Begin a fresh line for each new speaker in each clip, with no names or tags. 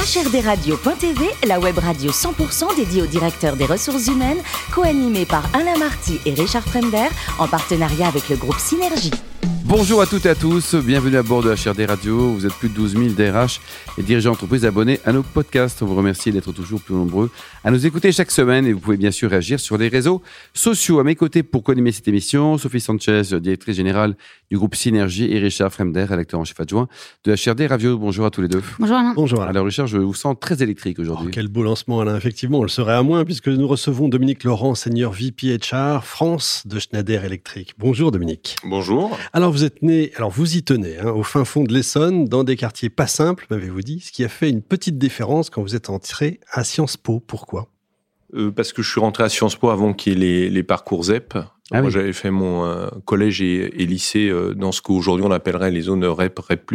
HRDRadio.tv, la web radio 100% dédiée aux directeurs des ressources humaines, co-animée par Alain Marty et Richard Fremder, en partenariat avec le groupe Synergie.
Bonjour à toutes et à tous, bienvenue à bord de HRD Radio. Vous êtes plus de 12 000 DRH et dirigeants d'entreprise abonnés à nos podcasts. On vous remercie d'être toujours plus nombreux à nous écouter chaque semaine et vous pouvez bien sûr réagir sur les réseaux sociaux. À mes côtés pour co-animer cette émission, Sophie Sanchez, directrice générale du groupe Synergie, et Richard Fremder, rédacteur en chef adjoint de HRD Radio. Bonjour à tous les deux.
Bonjour Alain.
Bonjour Alain.
Alors Richard, je vous sens très électrique aujourd'hui.
Quel beau lancement Alain, effectivement, on le serait à moins puisque nous recevons Dominique Laurent, senior VP HR France de Schneider Electric. Bonjour Dominique.
Bonjour.
Alors vous y tenez, au fin fond de l'Essonne, dans des quartiers pas simples, m'avez-vous dit, ce qui a fait une petite différence quand vous êtes entré à Sciences Po. Pourquoi ?
Parce que je suis rentré à Sciences Po avant qu'il y ait les parcours ZEP. Moi, j'avais fait mon collège et lycée dans ce qu'aujourd'hui on appellerait les zones REP, REP+.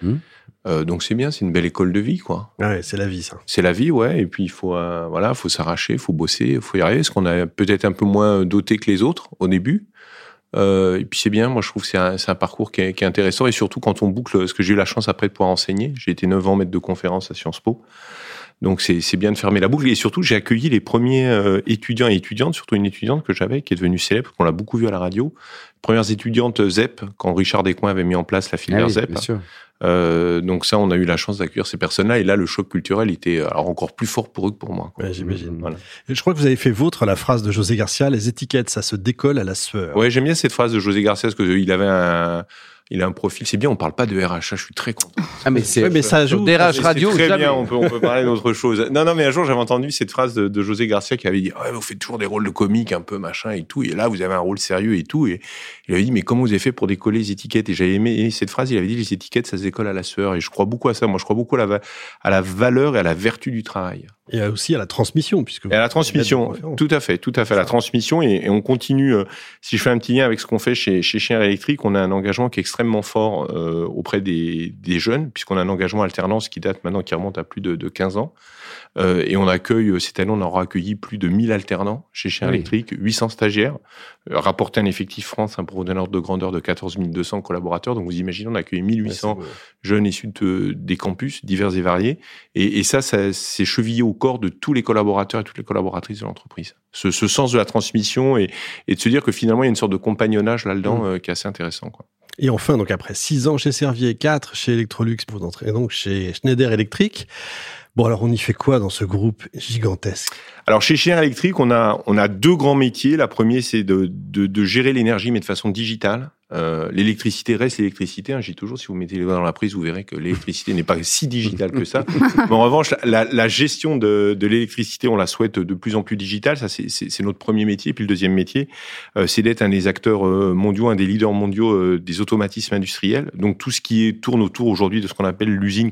Donc c'est bien, c'est une belle école de vie, quoi.
Ouais, c'est la vie, ça.
C'est la vie, ouais. Et puis il faut, faut s'arracher, il faut bosser, il faut y arriver, parce qu'on a peut-être un peu moins doté que les autres au début. Et puis c'est bien, moi je trouve que c'est un parcours qui est intéressant, et surtout quand on boucle, parce que j'ai eu la chance après de pouvoir enseigner. J'ai été 9 ans maître de conférence à Sciences Po. Donc c'est bien de fermer la boucle. Et surtout, j'ai accueilli les premiers étudiants et étudiantes, surtout une étudiante que j'avais, qui est devenue célèbre, qu'on l'a beaucoup vue à la radio. Premières étudiantes ZEP, quand Richard Descoings avait mis en place la filière ZEP.
Bien sûr.
Donc ça, on a eu la chance d'accueillir ces personnes-là. Et là, le choc culturel était encore plus fort pour eux que pour moi, quoi.
Ouais, j'imagine.
Voilà.
Et je crois que vous avez fait vôtre la phrase de José Garcia, les étiquettes, ça se décolle à la sueur.
Ouais, j'aime bien cette phrase de José Garcia, parce qu'il avait il a un profil. C'est bien, on parle pas de RH, je suis très content.
Ah mais
ça ajoute.
DRH Radio,
c'est très
jamais.
bien, on peut parler d'autre chose. Non, mais un jour j'avais entendu cette phrase de José Garcia qui avait dit vous faites toujours des rôles de comique un peu machin et tout, et là vous avez un rôle sérieux et tout, et il avait dit mais comment vous avez fait pour décoller les étiquettes? Et j'avais aimé cette phrase. Il avait dit les étiquettes ça se décolle à la sueur, et je crois beaucoup à ça. Moi je crois beaucoup à la valeur et à la vertu du travail.
Et aussi à la transmission, puisque.
Et à la transmission, tout à fait, à la transmission, et on continue. Si je fais un petit lien avec ce qu'on fait chez Schneider Electric, on a un engagement qui est extrêmement fort auprès des jeunes, puisqu'on a un engagement alternance qui date maintenant, qui remonte à plus de 15 ans. Et on accueille, cette année, on aura accueilli plus de 1000 alternants chez Schneider Electric, 800 stagiaires, rapporté un effectif France pour un ordre de grandeur de 14 200 collaborateurs. Donc vous imaginez, on a accueilli 1800 jeunes issus des campus divers et variés. Et ça, c'est chevillé au corps de tous les collaborateurs et toutes les collaboratrices de l'entreprise. Ce sens de la transmission et de se dire que finalement, il y a une sorte de compagnonnage là-dedans qui est assez intéressant, quoi.
Et enfin, donc après 6 ans chez Servier, 4 chez Electrolux, vous entrez donc chez Schneider Electric. Bon, alors on y fait quoi dans ce groupe gigantesque ?
Alors chez Schneider Electric, on a 2 grands métiers. La première, c'est de gérer l'énergie, mais de façon digitale. L'électricité reste l'électricité. Je dis toujours, si vous mettez les doigts dans la prise, vous verrez que l'électricité n'est pas si digitale que ça. Mais en revanche, la gestion de l'électricité, on la souhaite de plus en plus digitale. Ça, c'est notre premier métier. Puis le deuxième métier, c'est d'être un des acteurs mondiaux, un des leaders mondiaux des automatismes industriels. Donc tout ce qui tourne autour aujourd'hui de ce qu'on appelle l'usine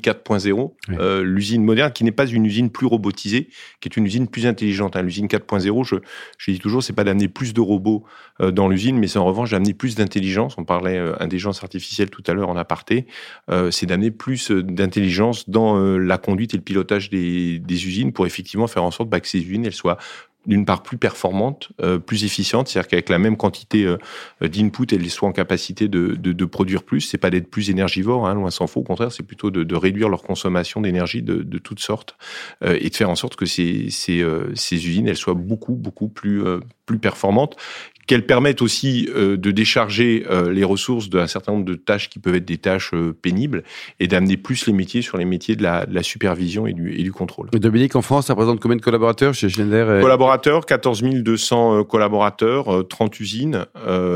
4.0, l'usine moderne, qui n'est pas une usine plus robotisée, qui est une usine plus intelligente. L'usine 4.0, je dis toujours, c'est pas d'amener plus de robots dans l'usine, mais c'est en revanche d'amener plus d'intelligence. On parlait intelligence artificielle tout à l'heure en aparté. C'est d'amener plus d'intelligence dans la conduite et le pilotage des usines pour effectivement faire en sorte que ces usines elles soient d'une part plus performantes, plus efficientes, c'est-à-dire qu'avec la même quantité d'input, elles soient en capacité de produire plus. C'est pas d'être plus énergivore, loin s'en faut. Au contraire, c'est plutôt de réduire leur consommation d'énergie de toutes sortes et de faire en sorte que ces usines elles soient beaucoup plus performantes, qu'elles permettent aussi de décharger les ressources d'un certain nombre de tâches qui peuvent être des tâches pénibles, et d'amener plus les métiers sur les métiers de la supervision et du contrôle.
Et Dominique, en France, ça représente combien de collaborateurs chez Schneider ?
Collaborateurs, 14 200 collaborateurs, 30 usines,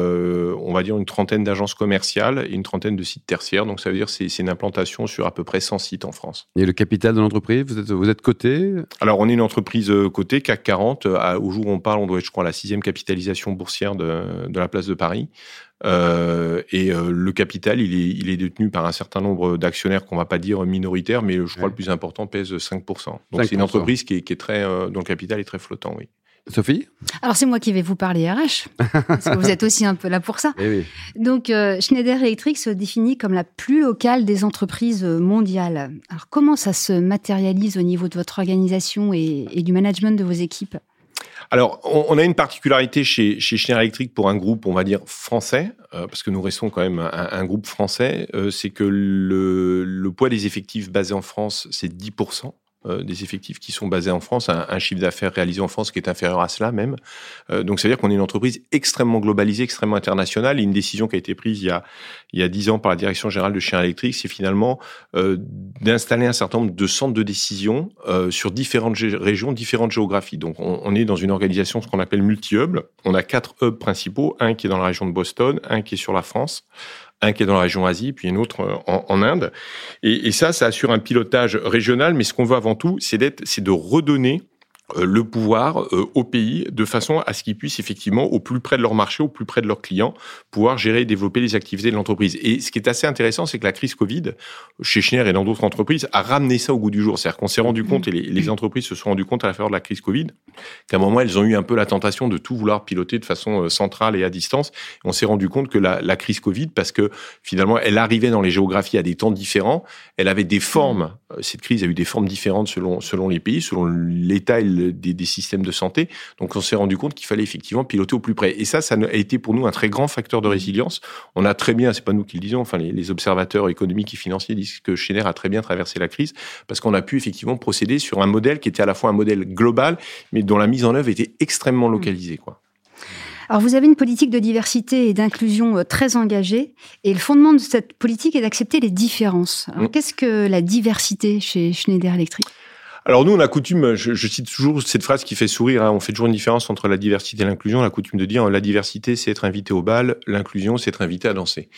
on va dire une trentaine d'agences commerciales et une trentaine de sites tertiaires. Donc ça veut dire que c'est une implantation sur à peu près 100 sites en France.
Et le capital de l'entreprise, vous êtes coté ?
Alors on est une entreprise cotée, CAC 40. Au jour où on parle, on doit être, je crois, à la 6e capitalisation boursière de la place de Paris. Le capital, il est détenu par un certain nombre d'actionnaires qu'on va pas dire minoritaires, mais je crois le plus important pèse 5%. Donc 5%. C'est une entreprise qui est très, dont le capital est très flottant, oui.
Sophie ?
Alors c'est moi qui vais vous parler RH, parce que vous êtes aussi un peu là pour ça.
Oui.
Donc Schneider Electric se définit comme la plus locale des entreprises mondiales. Alors comment ça se matérialise au niveau de votre organisation et du management de vos équipes ?
Alors, on a une particularité chez Schneider Electric pour un groupe, on va dire, français, parce que nous restons quand même un groupe français, c'est que le poids des effectifs basés en France, c'est 10%. des effectifs qui sont basés en France, un chiffre d'affaires réalisé en France qui est inférieur à cela même. Donc, ça veut dire qu'on est une entreprise extrêmement globalisée, extrêmement internationale. Et une décision qui a été prise il y a 10 ans par la Direction générale de Schneider Electric, c'est finalement d'installer un certain nombre de centres de décision sur différentes régions, différentes géographies. Donc, on est dans une organisation, ce qu'on appelle multi-hub. On a 4 hubs principaux, un qui est dans la région de Boston, un qui est sur la France, un qui est dans la région Asie, puis un autre en Inde. Et ça assure un pilotage régional, mais ce qu'on veut avant tout, c'est de redonner le pouvoir au pays de façon à ce qu'ils puissent effectivement au plus près de leur marché, au plus près de leurs clients, pouvoir gérer et développer les activités de l'entreprise. Et ce qui est assez intéressant, c'est que la crise Covid, chez Schneider et dans d'autres entreprises, a ramené ça au goût du jour. C'est-à-dire qu'on s'est rendu compte, et les entreprises se sont rendues compte à la faveur de la crise Covid, qu'à un moment, elles ont eu un peu la tentation de tout vouloir piloter de façon centrale et à distance. Et on s'est rendu compte que la crise Covid, parce que finalement, elle arrivait dans les géographies à des temps différents, elle avait des formes, cette crise a eu des formes différentes selon les pays, selon l'état et des systèmes de santé. Donc, on s'est rendu compte qu'il fallait effectivement piloter au plus près. Et ça a été pour nous un très grand facteur de résilience. On a très bien, c'est pas nous qui le disons, enfin, les observateurs économiques et financiers disent que Schneider a très bien traversé la crise parce qu'on a pu effectivement procéder sur un modèle qui était à la fois un modèle global, mais dont la mise en œuvre était extrêmement localisée, quoi.
Alors, vous avez une politique de diversité et d'inclusion très engagée, et le fondement de cette politique est d'accepter les différences. Alors, qu'est-ce que la diversité chez Schneider Electric ?
Alors nous, on a coutume, je cite toujours cette phrase qui fait sourire, on fait toujours une différence entre la diversité et l'inclusion. On a coutume de dire la diversité, c'est être invité au bal, l'inclusion, c'est être invité à danser.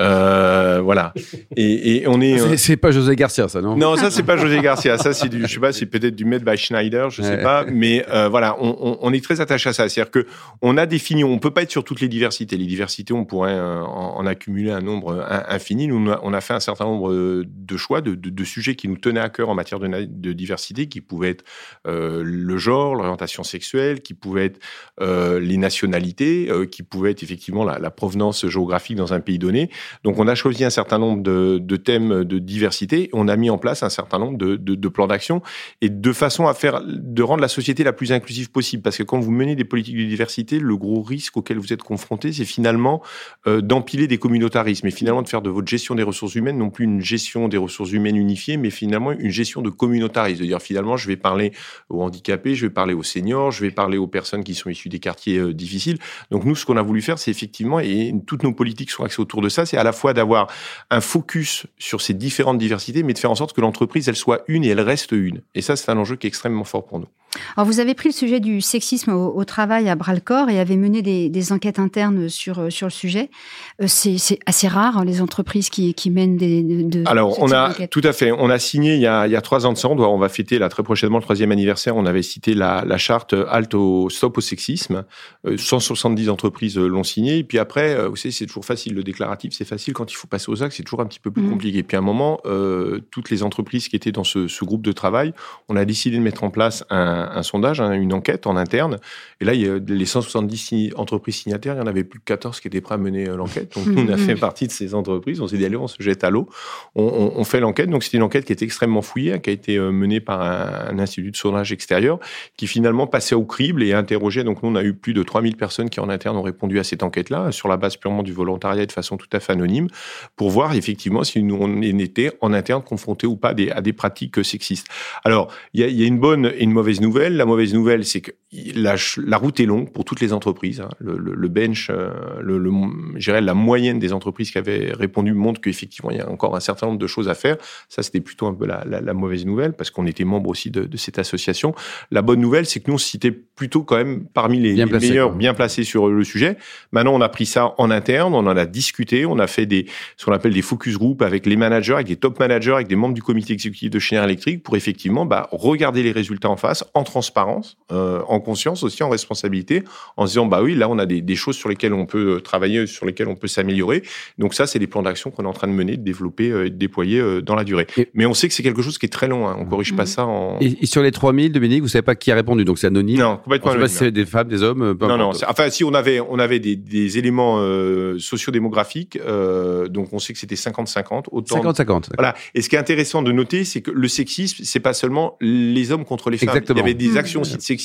Voilà. Et on est...
C'est pas José Garcia, ça, non?
Non, ça, c'est pas José Garcia. Ça, c'est je sais pas, c'est peut-être du Made by Schneider, je sais pas. Mais voilà, on est très attaché à ça. C'est-à-dire que on a défini, on peut pas être sur toutes les diversités. Les diversités, on pourrait en accumuler un nombre infini. Nous, on a fait un certain nombre de choix, de sujets qui nous tenaient à cœur en matière de diversité, qui pouvaient être le genre, l'orientation sexuelle, qui pouvaient être les nationalités, qui pouvaient être effectivement la provenance géographique dans un pays donné. Donc, on a choisi un certain nombre de thèmes de diversité. On a mis en place un certain nombre de plans d'action et de façon de rendre la société la plus inclusive possible. Parce que quand vous menez des politiques de diversité, le gros risque auquel vous êtes confronté, c'est finalement d'empiler des communautarismes et finalement de faire de votre gestion des ressources humaines non plus une gestion des ressources humaines unifiée, mais finalement une gestion de communautarisme. C'est-à-dire finalement, je vais parler aux handicapés, je vais parler aux seniors, je vais parler aux personnes qui sont issues des quartiers difficiles. Donc nous, ce qu'on a voulu faire, c'est effectivement, et toutes nos politiques sont axées autour de ça, c'est à la fois d'avoir un focus sur ces différentes diversités, mais de faire en sorte que l'entreprise, elle soit une et elle reste une. Et ça, c'est un enjeu qui est extrêmement fort pour nous.
Alors, vous avez pris le sujet du sexisme au travail à bras-le-corps et avez mené des enquêtes internes sur le sujet. C'est assez rare, les entreprises qui mènent
Alors, tout à fait. On a signé il y a 3 ans de ça. On va fêter là très prochainement le 3e anniversaire. On avait cité la charte Halt au Stop au sexisme. 170 entreprises l'ont signé. Et puis après, vous savez, c'est toujours facile. Le déclaratif, c'est facile. Quand il faut passer aux actes, c'est toujours un petit peu plus compliqué. Et puis à un moment, toutes les entreprises qui étaient dans ce groupe de travail, on a décidé de mettre en place un sondage, une enquête en interne. Et là, il y a les 170 entreprises signataires, il y en avait plus de 14 qui étaient prêts à mener l'enquête. Donc, nous, on a fait partie de ces entreprises. On s'est dit, allez, on se jette à l'eau. On fait l'enquête. Donc, c'était une enquête qui était extrêmement fouillée, qui a été menée par un institut de sondage extérieur, qui finalement passait au crible et interrogeait. Donc, nous, on a eu plus de 3000 personnes qui, en interne, ont répondu à cette enquête-là, sur la base purement du volontariat et de façon tout à fait anonyme, pour voir, effectivement, si nous, on était, en interne, confrontés ou pas à des pratiques sexistes. Alors, il y a une bonne et une mauvaise nouvelle. La mauvaise nouvelle, c'est que la route est longue pour toutes les entreprises. Le bench, je dirais la moyenne des entreprises qui avaient répondu montre qu'effectivement, il y a encore un certain nombre de choses à faire. Ça, c'était plutôt un peu la mauvaise nouvelle, parce qu'on était membre aussi de cette association. La bonne nouvelle, c'est que nous, on se citait plutôt quand même parmi les meilleurs, bien placés sur le sujet. Maintenant, on a pris ça en interne, on en a discuté, on a fait ce qu'on appelle des focus group avec les managers, avec des top managers, avec des membres du comité exécutif de Schneider Electric pour effectivement regarder les résultats en face, en transparence, en conscience aussi, en responsabilité, en se disant oui, là on a des choses sur lesquelles on peut travailler, sur lesquelles on peut s'améliorer. Donc ça, c'est les plans d'action qu'on est en train de mener, de développer et de déployer dans la durée. Mais on sait que c'est quelque chose qui est très long, on corrige pas ça en...
Et sur les 3000, Dominique, vous savez pas qui a répondu, donc c'est anonyme?
Non, complètement anonyme.
Je sais pas si c'est des femmes, des hommes,
Non, enfin si on avait des éléments sociodémographiques, donc on sait que c'était 50-50.
50-50.
Voilà. Et ce qui est intéressant de noter, c'est que le sexisme, c'est pas seulement les hommes contre les femmes.
Exactement.
Il y avait des actions aussi de sexisme. Enfin,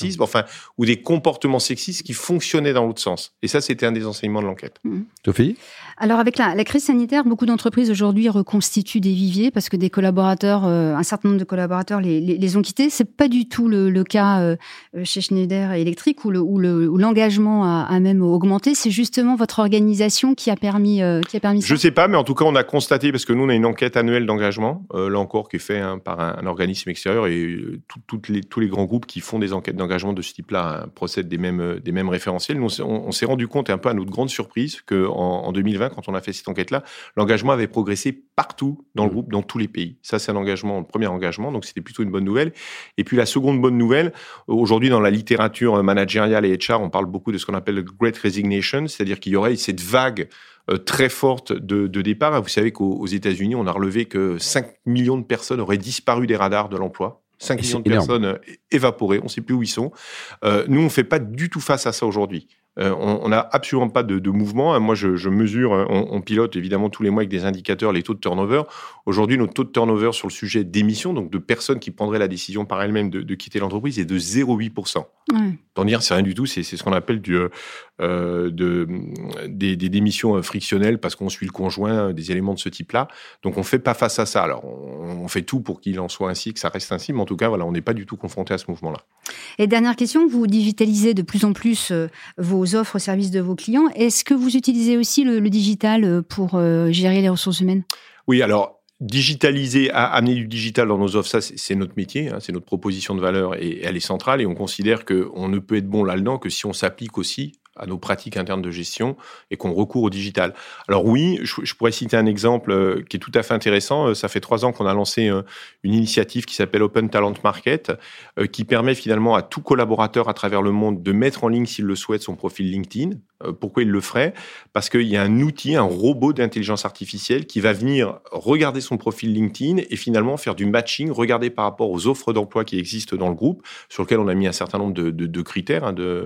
ou des comportements sexistes qui fonctionnaient dans l'autre sens. Et ça, c'était un des enseignements de l'enquête.
Sophie ?
Alors, avec la crise sanitaire, beaucoup d'entreprises aujourd'hui reconstituent des viviers parce que des collaborateurs, un certain nombre de collaborateurs les ont quittés. C'est pas du tout le cas chez Schneider Electric où l'engagement a même augmenté. C'est justement votre organisation qui a permis ça.
Je sais pas, mais en tout cas, on a constaté, parce que nous, on a une enquête annuelle d'engagement, là encore, qui est faite par un organisme extérieur, et tous les grands groupes qui font des enquêtes d'engagement de ce type-là procèdent des mêmes référentiels. Nous, on s'est rendu compte, et un peu à notre grande surprise, qu'en 2020, quand on a fait cette enquête-là, l'engagement avait progressé partout dans le groupe, dans tous les pays. Ça, c'est le premier engagement, donc c'était plutôt une bonne nouvelle. Et puis la seconde bonne nouvelle, aujourd'hui, dans la littérature managériale et HR, on parle beaucoup de ce qu'on appelle le Great Resignation, c'est-à-dire qu'il y aurait cette vague très forte de départ. Vous savez qu'aux États-Unis, on a relevé que 5 millions de personnes auraient disparu des radars de l'emploi. 5 millions de personnes évaporées, on ne sait plus où ils sont. Nous, on ne fait pas du tout face à ça aujourd'hui. On n'a absolument pas de mouvement. Moi, je mesure, on pilote évidemment tous les mois avec des indicateurs les taux de turnover. Aujourd'hui, notre taux de turnover sur le sujet d'émissions, donc de personnes qui prendraient la décision par elles-mêmes de quitter l'entreprise, est de 0,8%. Pour dire, c'est rien du tout, c'est ce qu'on appelle des démissions frictionnelles parce qu'on suit le conjoint, des éléments de ce type-là. Donc, on ne fait pas face à ça. Alors, on fait tout pour qu'il en soit ainsi, que ça reste ainsi, mais en tout cas, voilà, on n'est pas du tout confronté à ce mouvement-là.
Et dernière question, vous digitalisez de plus en plus vos offres au service de vos clients. Est-ce que vous utilisez aussi le digital pour gérer les ressources humaines ?
Oui, alors, digitaliser, amener du digital dans nos offres, ça, c'est notre métier, c'est notre proposition de valeur et elle est centrale. Et on considère qu'on ne peut être bon là-dedans que si on s'applique aussi à nos pratiques internes de gestion et qu'on recourt au digital. Alors oui, je pourrais citer un exemple qui est tout à fait intéressant. Ça fait 3 ans qu'on a lancé une initiative qui s'appelle Open Talent Market, qui permet finalement à tout collaborateur à travers le monde de mettre en ligne, s'il le souhaite, son profil LinkedIn. Pourquoi il le ferait ? Parce qu'il y a un outil, un robot d'intelligence artificielle qui va venir regarder son profil LinkedIn et finalement faire du matching, regarder par rapport aux offres d'emploi qui existent dans le groupe, sur lesquelles on a mis un certain nombre de critères, de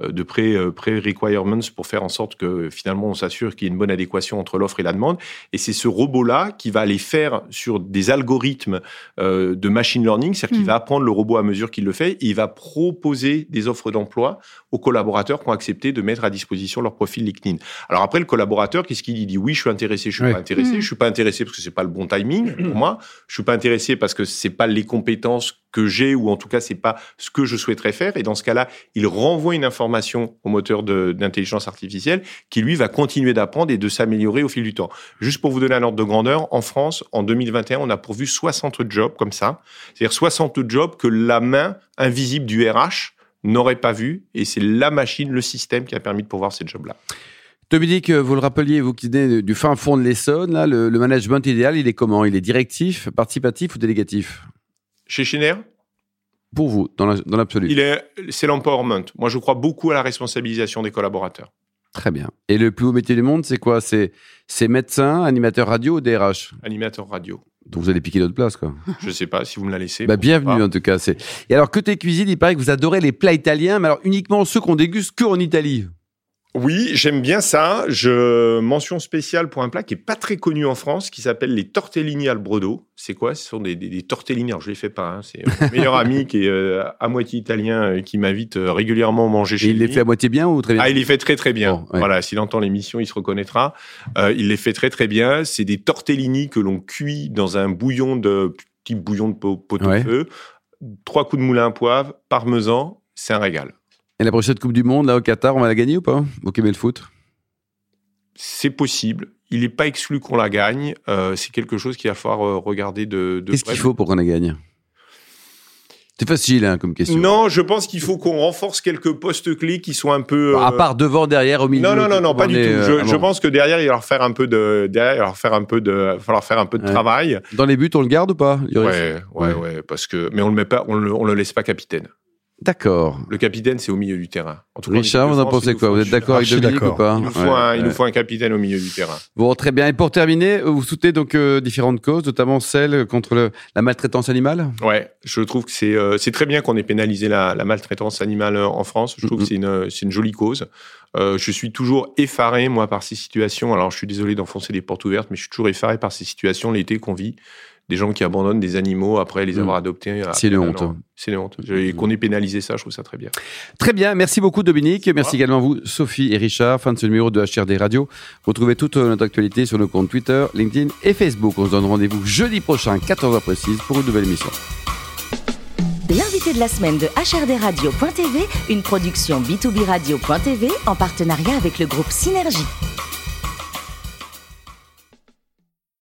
pré-requirements pour faire en sorte que finalement on s'assure qu'il y ait une bonne adéquation entre l'offre et la demande. Et c'est ce robot-là qui va aller faire sur des algorithmes de machine learning, c'est-à-dire qu'il va apprendre le robot à mesure qu'il le fait et il va proposer des offres d'emploi aux collaborateurs qui ont accepté de mettre à disposition leur profil LinkedIn. Alors après, le collaborateur, qu'est-ce qu'il dit ? Il dit oui, je suis intéressé, je suis pas intéressé. Je suis pas intéressé parce que c'est pas le bon timing pour moi. Je suis pas intéressé parce que c'est pas les compétences que j'ai ou en tout cas c'est pas ce que je souhaiterais faire. Et dans ce cas-là, il renvoie une information au moteur d'intelligence artificielle qui lui va continuer d'apprendre et de s'améliorer au fil du temps. Juste pour vous donner un ordre de grandeur, en France, en 2021, on a pourvu 60 jobs comme ça. C'est-à-dire 60 jobs que la main invisible du RH n'aurait pas vu, et c'est la machine, le système qui a permis de pourvoir ces jobs-là.
Dominique, vous le rappeliez, vous qui venez du fin fond de l'Essonne, là, le management idéal, il est comment ? Il est directif, participatif ou délégatif ?
Chez Schneider ?
Pour vous, dans l'absolu.
C'est l'empowerment. Moi, je crois beaucoup à la responsabilisation des collaborateurs.
Très bien. Et le plus haut métier du monde, c'est quoi ? C'est médecin, animateur radio ou DRH ?
Animateur radio.
Donc vous allez piquer notre place, quoi.
Je sais pas si vous me la laissez.
Bienvenue en tout cas. Et alors côté cuisine, il paraît que vous adorez les plats italiens, mais alors uniquement ceux qu'on déguste qu'en Italie.
Oui, j'aime bien ça. Mention spéciale pour un plat qui est pas très connu en France, qui s'appelle les tortellini al brodo. C'est quoi ? Ce sont des tortellini. Alors je les fais pas. C'est mon meilleur ami qui est à moitié italien, qui m'invite régulièrement manger chez lui.
Il les fait à moitié bien ou très bien ?
Il les fait très très bien.
Bon, ouais.
Voilà, s'il entend l'émission, il se reconnaîtra. Il les fait très très bien. C'est des tortellini que l'on cuit dans un petit bouillon de pot-au-feu. 3 coups de moulin à poivre, parmesan, c'est un régal.
Et la prochaine Coupe du Monde, là, au Qatar, on va la gagner ou pas ? Vous qui aimez le foot ?
C'est possible. Il n'est pas exclu qu'on la gagne. C'est quelque chose qu'il va falloir regarder de
Qu'est-ce qu'il faut pour qu'on la gagne ? C'est facile comme question.
Non, je pense qu'il faut qu'on renforce quelques postes clés qui sont un peu...
À part devant, derrière, au milieu.
Non, pas du tout. Je pense que derrière, il va falloir faire un peu de travail.
Dans les buts, on le garde ou pas ?
Ouais, parce que mais on le laisse pas capitaine.
D'accord.
Le capitaine, c'est au milieu du terrain. En tout cas,
Richard, vous en pensez quoi ? Vous êtes d'accord avec Dominique ou pas ?
Il nous faut un capitaine au milieu du terrain.
Bon, très bien. Et pour terminer, vous soutenez donc différentes causes, notamment celle contre la maltraitance animale ?
Ouais, je trouve que c'est très bien qu'on ait pénalisé la maltraitance animale en France. Je trouve que c'est une jolie cause. Je suis toujours effaré, moi, par ces situations. Alors, je suis désolé d'enfoncer des portes ouvertes, mais je suis toujours effaré par ces situations l'été qu'on vit des gens qui abandonnent des animaux après les avoir adoptés.
C'est une honte.
C'est une honte. Et qu'on ait pénalisé ça, je trouve ça très bien.
Très bien, merci beaucoup Dominique. Merci également à vous, Sophie et Richard. Fin de ce numéro de HRD Radio. Retrouvez toute notre actualité sur nos comptes Twitter, LinkedIn et Facebook. On se donne rendez-vous jeudi prochain, 14h précise, pour une nouvelle émission.
L'invité de la semaine de HRDRadio.tv, une production B2B Radio.tv en partenariat avec le groupe Synergie.